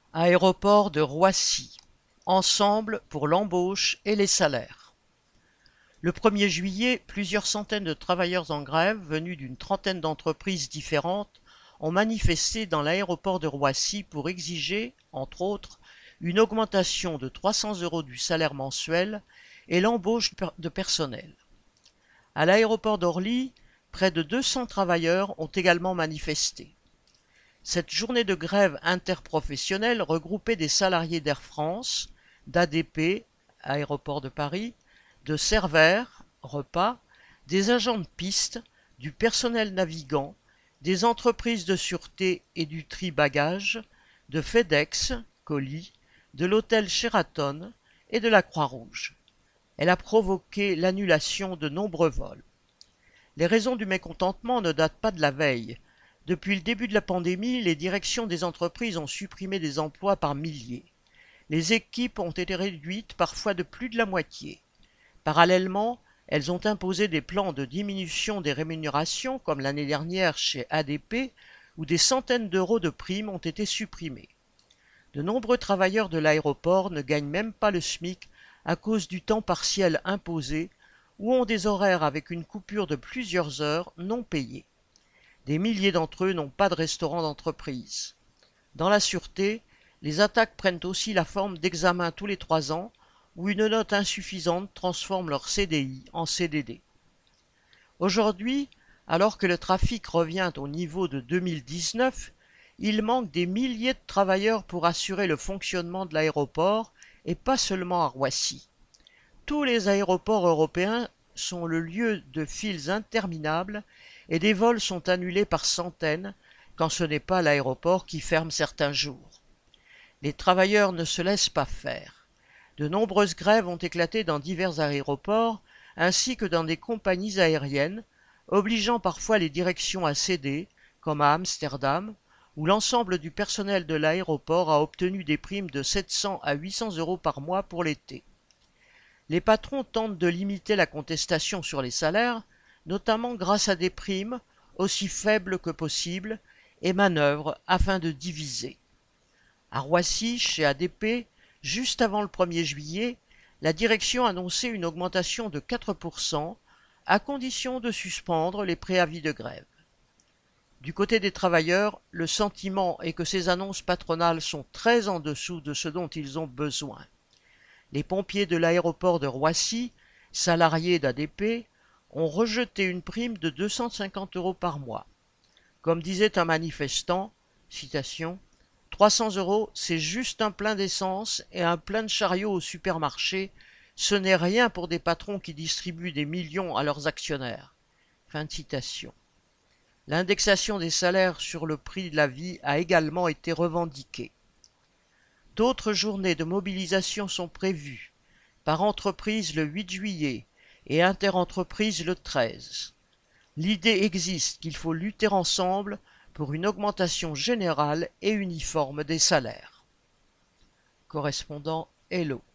Aéroport de Roissy. Ensemble pour l'embauche et les salaires. Le 1er juillet, plusieurs centaines de travailleurs en grève, venus d'une trentaine d'entreprises différentes, ont manifesté dans l'aéroport de Roissy pour exiger, entre autres, une augmentation de 300 € du salaire mensuel et l'embauche de personnel. À l'aéroport d'Orly, près de 200 travailleurs ont également manifesté. Cette journée de grève interprofessionnelle regroupait des salariés d'Air France, d'ADP, Aéroport de Paris, de Serv'Air, repas, des agents de piste, du personnel navigant, des entreprises de sûreté et du tri-bagages, de FedEx, colis, de l'hôtel Sheraton et de la Croix-Rouge. Elle a provoqué l'annulation de nombreux vols. Les raisons du mécontentement ne datent pas de la veille. Depuis le début de la pandémie, les directions des entreprises ont supprimé des emplois par milliers. Les équipes ont été réduites parfois de plus de la moitié. Parallèlement, elles ont imposé des plans de diminution des rémunérations, comme l'année dernière chez ADP, où des centaines d'euros de primes ont été supprimés. De nombreux travailleurs de l'aéroport ne gagnent même pas le SMIC à cause du temps partiel imposé ou ont des horaires avec une coupure de plusieurs heures non payées. Des milliers d'entre eux n'ont pas de restaurant d'entreprise. Dans la sûreté, les attaques prennent aussi la forme d'examens tous les 3 ans où une note insuffisante transforme leur CDI en CDD. Aujourd'hui, alors que le trafic revient au niveau de 2019, il manque des milliers de travailleurs pour assurer le fonctionnement de l'aéroport et pas seulement à Roissy. Tous les aéroports européens sont le lieu de files interminables et des vols sont annulés par centaines quand ce n'est pas l'aéroport qui ferme certains jours. Les travailleurs ne se laissent pas faire. De nombreuses grèves ont éclaté dans divers aéroports ainsi que dans des compagnies aériennes, obligeant parfois les directions à céder, comme à Amsterdam, où l'ensemble du personnel de l'aéroport a obtenu des primes de 700 à 800 € par mois pour l'été. Les patrons tentent de limiter la contestation sur les salaires, notamment grâce à des primes aussi faibles que possible et manœuvrent afin de diviser. À Roissy, chez ADP, juste avant le 1er juillet, la direction annonçait une augmentation de 4%, à condition de suspendre les préavis de grève. Du côté des travailleurs, le sentiment est que ces annonces patronales sont très en dessous de ce dont ils ont besoin. Les pompiers de l'aéroport de Roissy, salariés d'ADP, ont rejeté une prime de 250 € par mois. Comme disait un manifestant, citation, 300 €, c'est juste un plein d'essence et un plein de chariots au supermarché, ce n'est rien pour des patrons qui distribuent des millions à leurs actionnaires. Fin de citation. L'indexation des salaires sur le prix de la vie a également été revendiquée. D'autres journées de mobilisation sont prévues, par entreprise le 8 juillet et interentreprise le 13. L'idée existe qu'il faut lutter ensemble pour une augmentation générale et uniforme des salaires. Correspondant Hello.